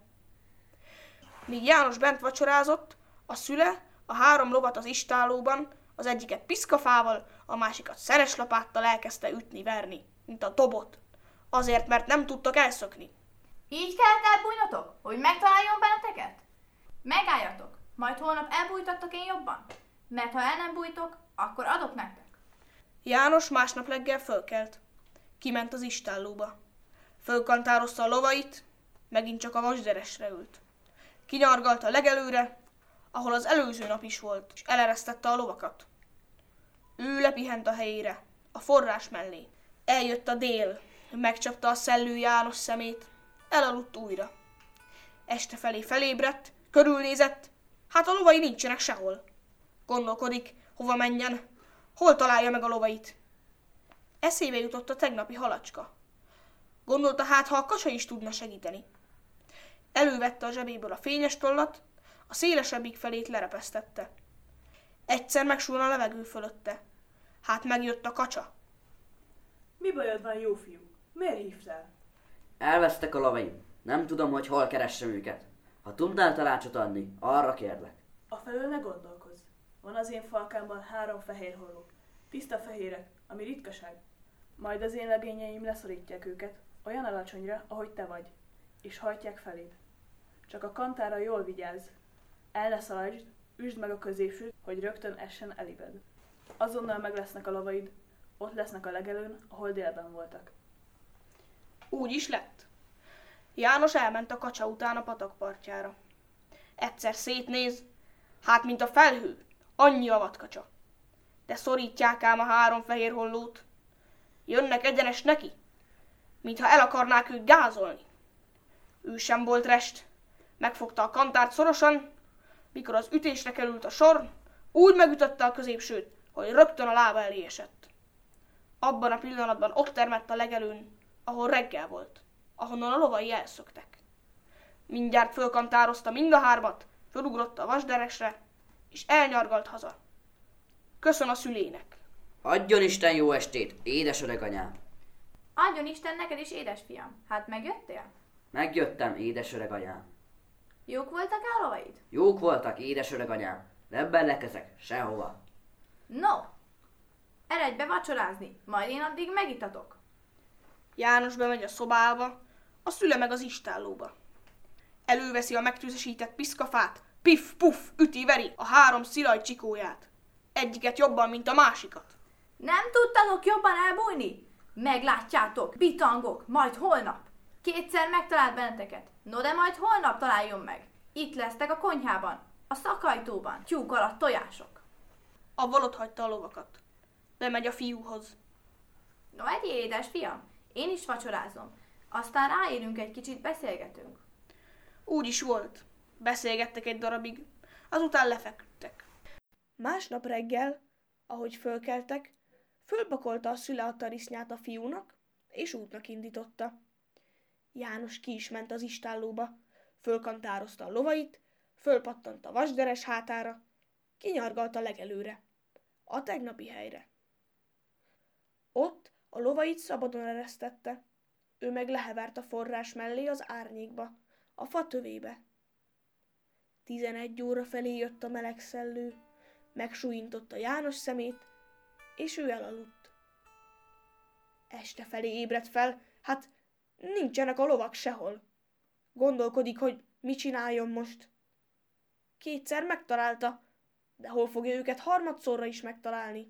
B: Míg János bent vacsorázott, a szüle a 3 lovat az istállóban, az egyiket piszkafával, a másikat szereslapáttal elkezdte ütni-verni, mint a dobot. Azért, mert nem tudtak elszökni.
G: Így kellett elbújnotok, hogy megtaláljon benneteket? Megálljatok, majd holnap elbújtatok én jobban, mert ha el nem bújtok, akkor adok nektek.
B: János másnap reggel fölkelt. Kiment az istállóba. Fölkantározta a lovait, megint csak a vasderesre ült. Kinyargalt a legelőre, ahol az előző nap is volt, és eleresztette a lovakat. Ő lepihent a helyére, a forrás mellé. Eljött a dél, megcsapta a szellő János szemét, elaludt újra. Este felé felébredt, körülnézett, hát a lovai nincsenek sehol. Gondolkodik, hova menjen, hol találja meg a lovait. Eszébe jutott a tegnapi halacska. Gondolta, hát ha a kacsa is tudna segíteni. Elővette a zsebéből a fényes tollat, a szélesebbik felét lerepesztette. Egyszer megsúl a levegő fölötte. Hát megjött a kacsa.
H: Mi bajod van, jó fiú? Miért hívtál?
C: Elvesztek a lavaim. Nem tudom, hogy hol keressem őket. Ha tudnál tanácsot adni, arra kérlek.
H: Afelől ne gondolkozz. Van az én falkámban 3 fehér holló. Tiszta fehérek, ami ritkaság. Majd az én legényeim leszorítják őket, olyan alacsonyra, ahogy te vagy, és hajtják feléd. Csak a kantára jól vigyázz. El ne szaladj, üsd meg a középsőt, hogy rögtön essen elibed. Azonnal meg lesznek a lavaid, ott lesznek a legelőn, ahol délben voltak.
B: Úgy is lett. János elment a kacsa után a patak partjára. Egyszer szétnéz, hát mint a felhő, annyi a vadkacsa. De szorítják ám a 3 fehér hollót. Jönnek egyenes neki, mintha el akarnák őt gázolni. Ő sem volt rest, megfogta a kantárt szorosan, mikor az ütésre került a sor, úgy megütötte a középsőt, hogy rögtön a lába elé esett. Abban a pillanatban ott termett a legelőn, ahol reggel volt, ahonnan a lovai elszöktek. Mindjárt fölkantározta mind a 3-at, fölugrott a vasderesre, és elnyargalt haza. Köszön a szülének.
C: Adjon Isten jó estét, édes öreg anyám.
G: Adjon Isten neked is, édesfiam. Hát megjöttél?
C: Megjöttem, édes öreg anyám.
G: Jók voltak a lovaid?
C: Jók voltak, édes öreg anyám. Rebbennek ezek, sehova.
G: No, eredj be vacsorázni, majd én addig megitatok.
B: János bemegy a szobába, a szüle meg az istállóba. Előveszi a megtűzesített piszkafát, piff-puff, üti-veri a 3 szilaj csikóját. Egyiket jobban, mint a másikat.
G: Nem tudtatok jobban elbújni? Meglátjátok, bitangok, majd holnap. 2-szer megtalált benneteket. No de majd holnap találjon meg. Itt lesztek a konyhában, a szakajtóban, tyúk alatt tojások.
B: Avval ott hagyta a lovakat. Bemegy a fiúhoz.
G: No egy édes fiam, én is vacsorázom. Aztán ráérünk egy kicsit, beszélgetünk.
B: Úgy is volt. Beszélgettek egy darabig, azután lefeküdtek. Másnap reggel, ahogy fölkeltek, fölpakolta a szüle a tarisznyát a fiúnak, és útnak indította. János ki is ment az istállóba, fölkantározta a lovait, fölpattant a vasderes hátára, kinyargalt a legelőre, a tegnapi helyre. Ott a lovait szabadon eresztette, ő meg lehevert a forrás mellé az árnyékba, a fa tövébe. 11 óra felé jött a meleg szellő, megsújintotta János szemét, és ő elaludt. Este felé ébredt fel, hát nincsenek a lovak sehol. Gondolkodik, hogy mit csináljon most. 2-szer megtalálta, de hol fogja őket harmadszorra is megtalálni?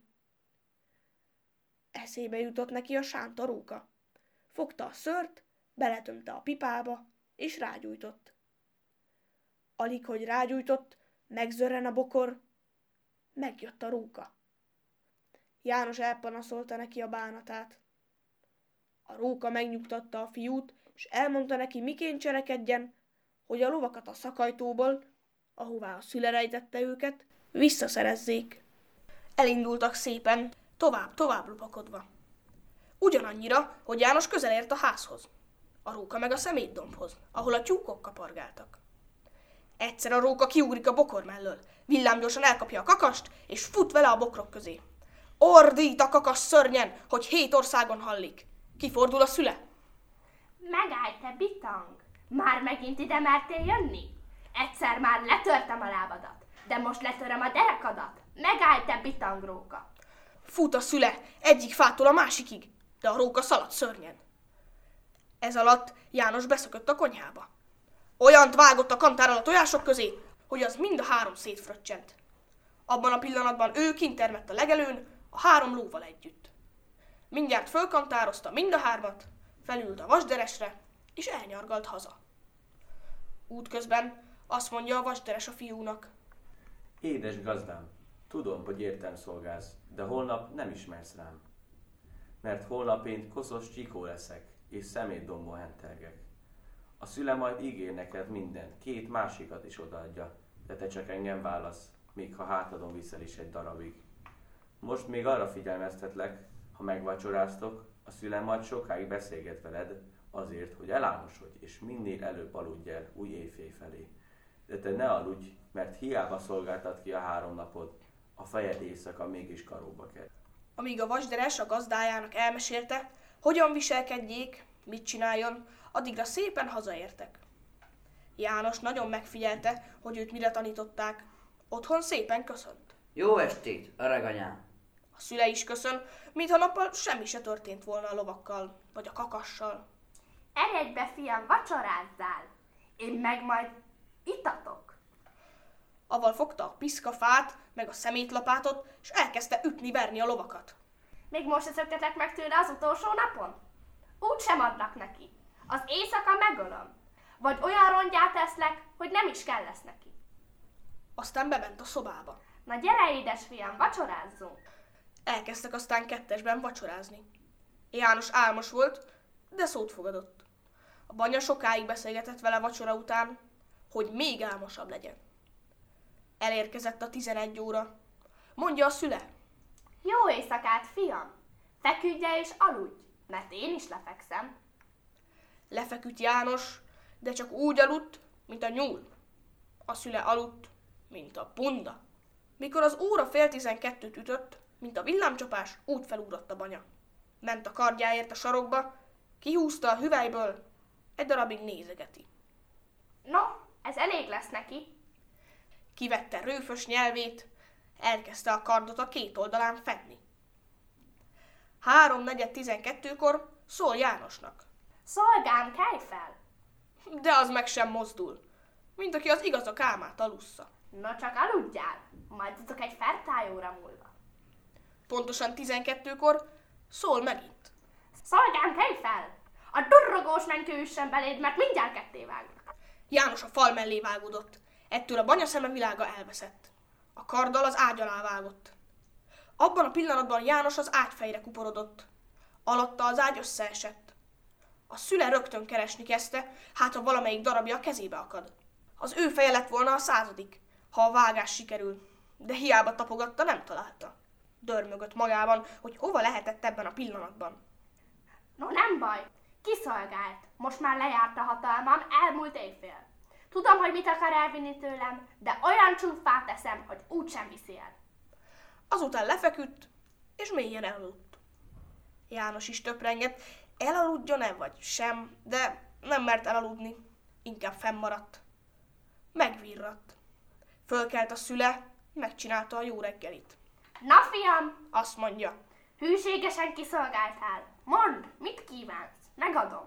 B: Eszébe jutott neki a sánta róka. Fogta a szőrt, beletömte a pipába, és rágyújtott. Alig, hogy rágyújtott, megzörren a bokor, megjött a róka. János elpanaszolta neki a bánatát. A róka megnyugtatta a fiút, és elmondta neki, miként cselekedjen, hogy a lovakat a szakajtóból, ahová a szüle rejtette őket, visszaszerezzék. Elindultak szépen, tovább lopakodva. Ugyanannyira, hogy János közel ért a házhoz, a róka meg a szemétdombhoz, ahol a tyúkok kapargáltak. Egyszer a róka kiugrik a bokor mellől, villámgyorsan elkapja a kakast, és fut vele a bokrok közé. Ordít a kakas szörnyen, hogy 7 országon hallik. Kifordul a szüle.
K: Megállj, te bitang! Már megint ide mertél jönni? Egyszer már letörtem a lábadat, de most letöröm a derekadat. Megállj, te bitang róka!
B: Fut a szüle egyik fától a másikig, de a róka szaladt szörnyen. Ez alatt János beszökött a konyhába. Olyant vágott a kantárral a tojások közé, hogy az mind a 3 szétfröccsent. Abban a pillanatban ő kint termett a legelőn a 3 lóval együtt. Mindjárt fölkantározta mind a 3-at, felült a vasderesre, és elnyargalt haza. Útközben azt mondja a vasderes a fiúnak.
L: Édes gazdám, tudom, hogy értem szolgálsz, de holnap nem ismersz rám. Mert holnap én koszos csikó leszek, és szemétdombon hentelgek. A szüle majd ígér neked mindent, 2 másikat is odaadja, de te csak engem válasz, még ha hátadon viszel is egy darabig. Most még arra figyelmeztetlek, ha megvacsoráztok, a szüle majd sokáig beszélget veled, azért, hogy elálmosodj, és minél előbb aludj el új éjfél felé. De te ne aludj, mert hiába szolgáltad ki a 3 napot, a fejed éjszaka mégis karóba kerül.
B: Amíg a vasderes a gazdájának elmesélte, hogyan viselkedjék, mit csináljon, addigra szépen hazaértek. János nagyon megfigyelte, hogy őt mire tanították. Otthon szépen köszönt.
C: Jó estét, öreganyám!
B: A szüle is köszön, mintha nappal semmi se történt volna a lovakkal, vagy a kakassal.
K: Eredj be, fiam, vacsorázzál! Én meg majd itatok.
B: Avval fogta a piszkafát, meg a szemétlapátot, és elkezdte ütni-verni a lovakat.
K: Még most se szöktetek meg tőle az utolsó napon? Úgy sem adnak neki. Az éjszaka megölöm. Vagy olyan rongyát teszlek, hogy nem is kell lesz neki.
B: Aztán bement a szobába.
K: Na gyere, édesfiam, vacsorázzunk!
B: Elkezdtek aztán kettesben vacsorázni. János álmos volt, de szót fogadott. A banya sokáig beszélgetett vele vacsora után, hogy még álmosabb legyen. Elérkezett a 11 óra. Mondja a szüle.
K: Jó éjszakát, fiam! Feküdj el és aludj, mert én is lefekszem.
B: Lefeküdt János, de csak úgy aludt, mint a nyúl. A szüle aludt, mint a bunda. Mikor az óra 11:30 ütött, mint a villámcsapás, úgy felugrott a banya. Ment a kardjáért a sarokba, kihúzta a hüvelyből, egy darabig nézegeti.
K: No, ez elég lesz neki.
B: Kivette rőfös nyelvét, elkezdte a kardot a két oldalán fedni. 3:4:12-kor szól Jánosnak.
K: Szolgám, kelj fel!
B: De az meg sem mozdul, mint aki az igazak álmát alussza.
K: No, csak aludjál, majd tudok egy fertájóra múlva.
B: Pontosan 12-kor szól megint.
K: Szolgám, kelj fel! A durrogós mentő üssen beléd, mert mindjárt ketté vágnak.
B: János a fal mellé vágódott. Ettől a banya szeme világa elveszett. A karddal az ágy alá vágott. Abban a pillanatban János az ágyfejre kuporodott. Alatta az ágy összeesett. A szüle rögtön keresni kezdte, hát ha valamelyik darabja a kezébe akad. Az ő feje lett volna a 100., ha a vágás sikerül, de hiába tapogatta, nem találta. Dörmögött magában, hogy hova lehetett ebben a pillanatban.
K: No, nem baj, kiszolgált. Most már lejárt a hatalmam, elmúlt éjfél. Tudom, hogy mit akar elvinni tőlem, de olyan csúfát teszem, hogy úgysem viszi el.
B: Azután lefeküdt, és mélyen elaludt. János is töprengett, elaludjon-e vagy sem, de nem mert elaludni, inkább fennmaradt. Megvirradt. Fölkelt a szüle, megcsinálta a jó reggelit.
K: Na, fiam,
B: azt mondja.
K: Hűségesen kiszolgáltál. Mondd, mit kívánsz? Megadom.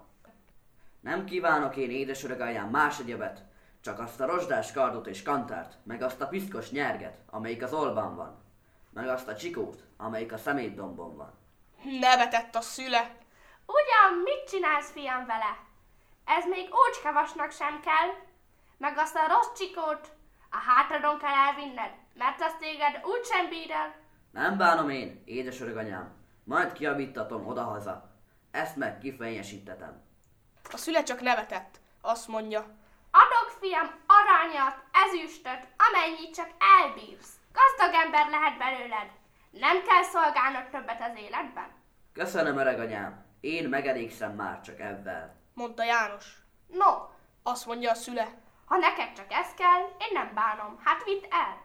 C: Nem kívánok én, édes öreganyám, más egyebet, csak azt a rozsdás kardot és kantárt, meg azt a piszkos nyerget, amelyik az olbán van, meg azt a csikót, amelyik a szemétdombon van.
B: Nevetett a szüle.
K: Ugyan, mit csinálsz, fiam, vele? Ez még ócskavasnak sem kell, meg azt a rossz csikót a hátradon kell elvinned, mert azt téged úgysem bír el.
C: Nem bánom én, édes öreganyám, majd kiavítatom odahaza, ezt meg kifényesítetem.
B: A szüle csak nevetett, azt mondja.
K: Adok, fiam, aranyat, ezüstöt, amennyit csak elbírsz. Gazdag ember lehet belőled. Nem kell szolgálnod többet az életben.
C: Köszönöm, öreganyám, én megelégszem már csak ebben,
B: mondta János.
K: No,
B: azt mondja a szüle.
K: Ha neked csak ez kell, én nem bánom, hát vidd el.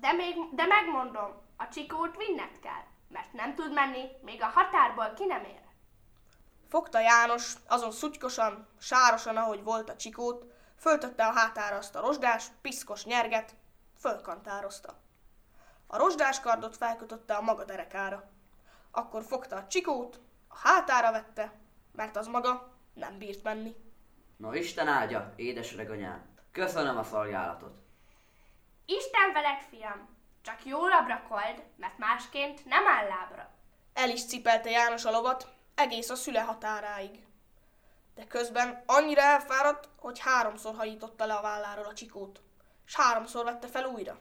K: De megmondom, a csikót vinned kell, mert nem tud menni, még a határból ki nem ér.
B: Fogta János, azon szutykosan, sárosan, ahogy volt a csikót, föltötte a hátára azt a rozsdás, piszkos nyerget, fölkantározta. A rozsdás kardot felkötötte a maga derekára. Akkor fogta a csikót, a hátára vette, mert az maga nem bírt menni.
C: No, Isten áldja, édes öreganyám, köszönöm a szolgálatot.
K: Isten veled, fiam, csak jól abrakold, mert másként nem áll lábra.
B: El is cipelte János a lovat, egész a szüle határáig. De közben annyira elfáradt, hogy 3-szor hajította le a válláról a csikót, és 3-szor vette fel újra.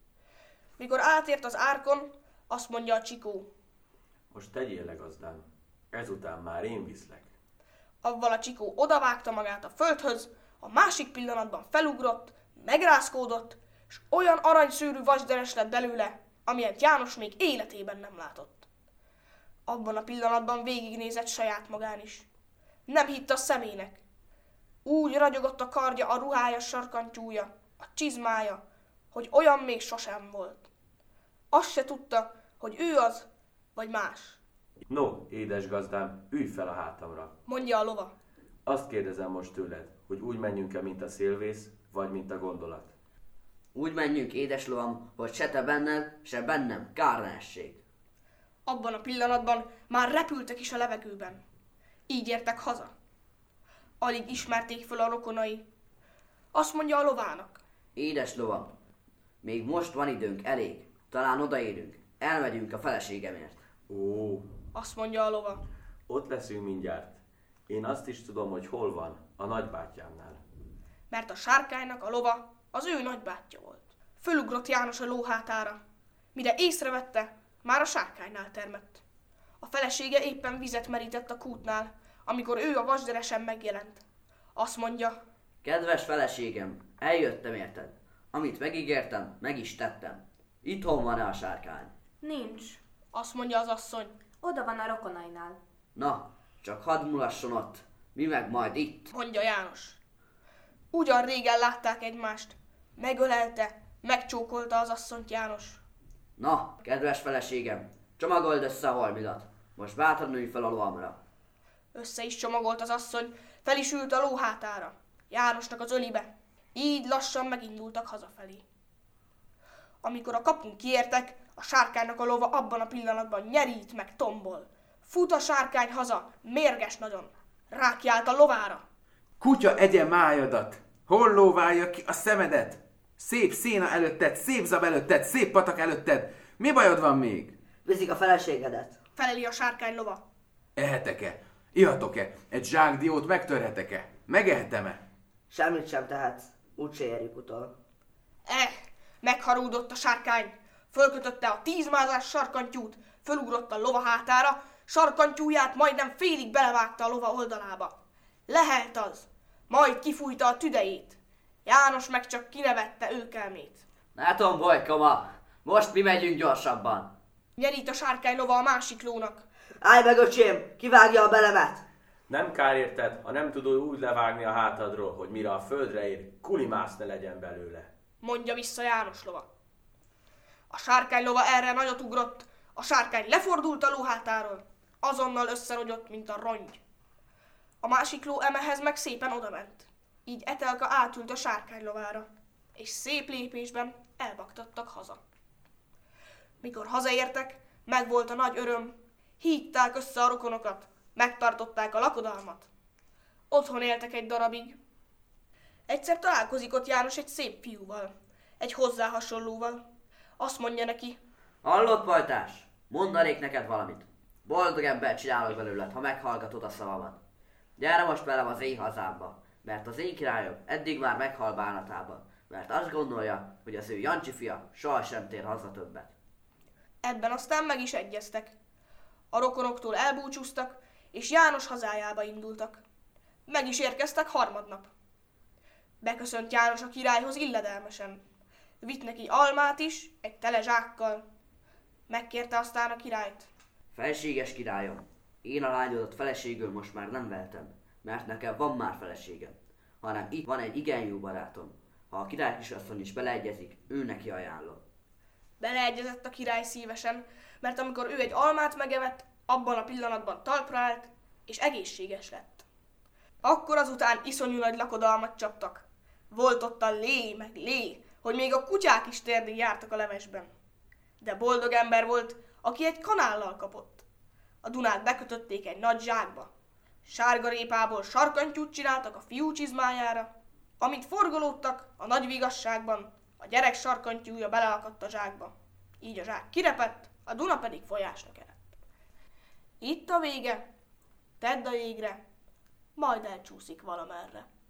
B: Mikor átért az árkon, azt mondja a csikó.
L: Most tegyél le, gazdám, ezután már én viszlek.
B: Avval a csikó odavágta magát a földhöz, a másik pillanatban felugrott, megrázkódott, és olyan aranyszőrű vasderes lett belőle, amilyet János még életében nem látott. Abban a pillanatban végignézett saját magán is. Nem hitt a szemének. Úgy ragyogott a kardja, a ruhája, sarkantyúja, a csizmája, hogy olyan még sosem volt. Azt se tudta, hogy ő az, vagy más.
L: No, édes gazdám, ülj fel a hátamra.
B: Mondja a lova.
L: Azt kérdezem most tőled, hogy úgy menjünk-e, mint a szélvész, vagy mint a gondolat.
C: Úgy menjünk, édes lovam, hogy se te benned, se bennem kár ne essék.
B: Abban a pillanatban már repültek is a levegőben. Így értek haza. Alig ismerték föl a rokonai. Azt mondja a lovának.
C: Édes lovam, még most van időnk elég. Talán odaérünk. Elmegyünk a feleségemért.
L: Ó,
B: Azt mondja a lova.
L: ott leszünk mindjárt. Én azt is tudom, hogy hol van, a nagybátyámnál.
B: Mert a sárkánynak a lova az ő nagybátyja volt. Fölugrott János a lóhátára. Mire észrevette, már a sárkánynál termett. A felesége éppen vizet merített a kútnál, amikor ő a vasderesen megjelent. Azt mondja,
C: Kedves feleségem, eljöttem érted. Amit megígértem, meg is tettem. Itthon van-e a sárkány?
E: Nincs.
B: azt mondja az asszony.
E: Oda van a rokonainál.
C: Na, csak hadd mulasson ott. Mi meg majd itt.
B: Mondja János. Ugyan régen látták egymást. Megölelte, megcsókolta az asszonyt János.
C: Na, kedves feleségem, csomagold össze a holmidat. Most bátran ülj fel a lovamra.
B: Össze is csomagolt az asszony, fel is ült a lóhátára, Jánosnak az ölibe. Így lassan megindultak hazafelé. Amikor a kapun kiértek, a sárkánynak a lova abban a pillanatban nyerít meg tombol. Fut a sárkány haza, mérges nagyon. Rákiált a lovára.
A: Kutya, egye májadat! Hol lóválja ki a szemedet? Szép széna előtted, szép zab előtted, szép patak előtted. Mi bajod van még?
M: Viszik a feleségedet.
B: Feleli a sárkány lova.
A: Ehetek-e? Ihatok-e? Egy zsák diót megtörhetek-e? Megehetem-e?
M: Semmit sem tehetsz. Úgyse érjük utol.
B: Megharúdott a sárkány. Fölkötötte a 10 mázás sarkantyút, fölugrott a lova hátára, sarkantyúját majdnem félig belevágta a lova oldalába. Lehelt az, majd kifújta a tüdejét. János meg csak kinevette őkelmét.
C: Ne tombolj, koma! Most mi megyünk gyorsabban.
B: Nyerít a sárkány lova a másik lónak.
M: Állj meg, öcsém! Kivágja a belemet!
L: Nem kár érted, ha nem tudod úgy levágni a hátadról, hogy mire a földre ér, kulimász ne legyen belőle.
B: Mondja vissza János lova. A sárkány lova erre nagyot ugrott, a sárkány lefordult a lóhátáról, azonnal összerogyott, mint a rongy. A másik ló emehez meg szépen odament. Így Etelka átült a sárkány lovára, és szép lépésben elbaktattak haza. Mikor hazaértek, megvolt a nagy öröm, hívták össze a rokonokat, megtartották a lakodalmat. Otthon éltek egy darabig. Egyszer találkozik ott János egy szép fiúval, egy hozzá hasonlóval. Azt mondja neki,
C: Hallott, pajtás? Mondanék neked valamit. Boldog ember csinálok belőled, ha meghallgatod a szavamat. Gyere most velem az én hazámba, mert az én királyom eddig már meghal bánatában, mert azt gondolja, hogy az ő Jancsi fia sohasem tér haza többet.
B: Ebben aztán meg is egyeztek. A rokonoktól elbúcsúztak, és János hazájába indultak. Meg is érkeztek harmadnap. Beköszönt János a királyhoz illedelmesen. Vitt neki almát is, egy tele zsákkal. Megkérte aztán a királyt.
C: Felséges királyom, én a lányodat feleségül most már nem vehetem, mert nekem van már feleségem, hanem itt van egy igen jó barátom. Ha a király kisasszony is beleegyezik, ő neki ajánlom.
B: Beleegyezett a király szívesen, mert amikor ő egy almát megevett, abban a pillanatban talpra állt, és egészséges lett. Akkor azután iszonyú nagy lakodalmat csaptak. Volt ott a lé, meg lé, hogy még a kutyák is térdig jártak a levesben. De boldog ember volt, aki egy kanállal kapott. A Dunát bekötötték egy nagy zsákba. Sárgarépából sarkantyút csináltak a fiú csizmájára, amit forgolódtak a nagy vigasságban, a gyerek sarkantyúja beleakadt a zsákba. Így a zsák kirepett, a Duna pedig folyásnak eredt. Itt a vége, tedd a jégre, majd elcsúszik valamerre.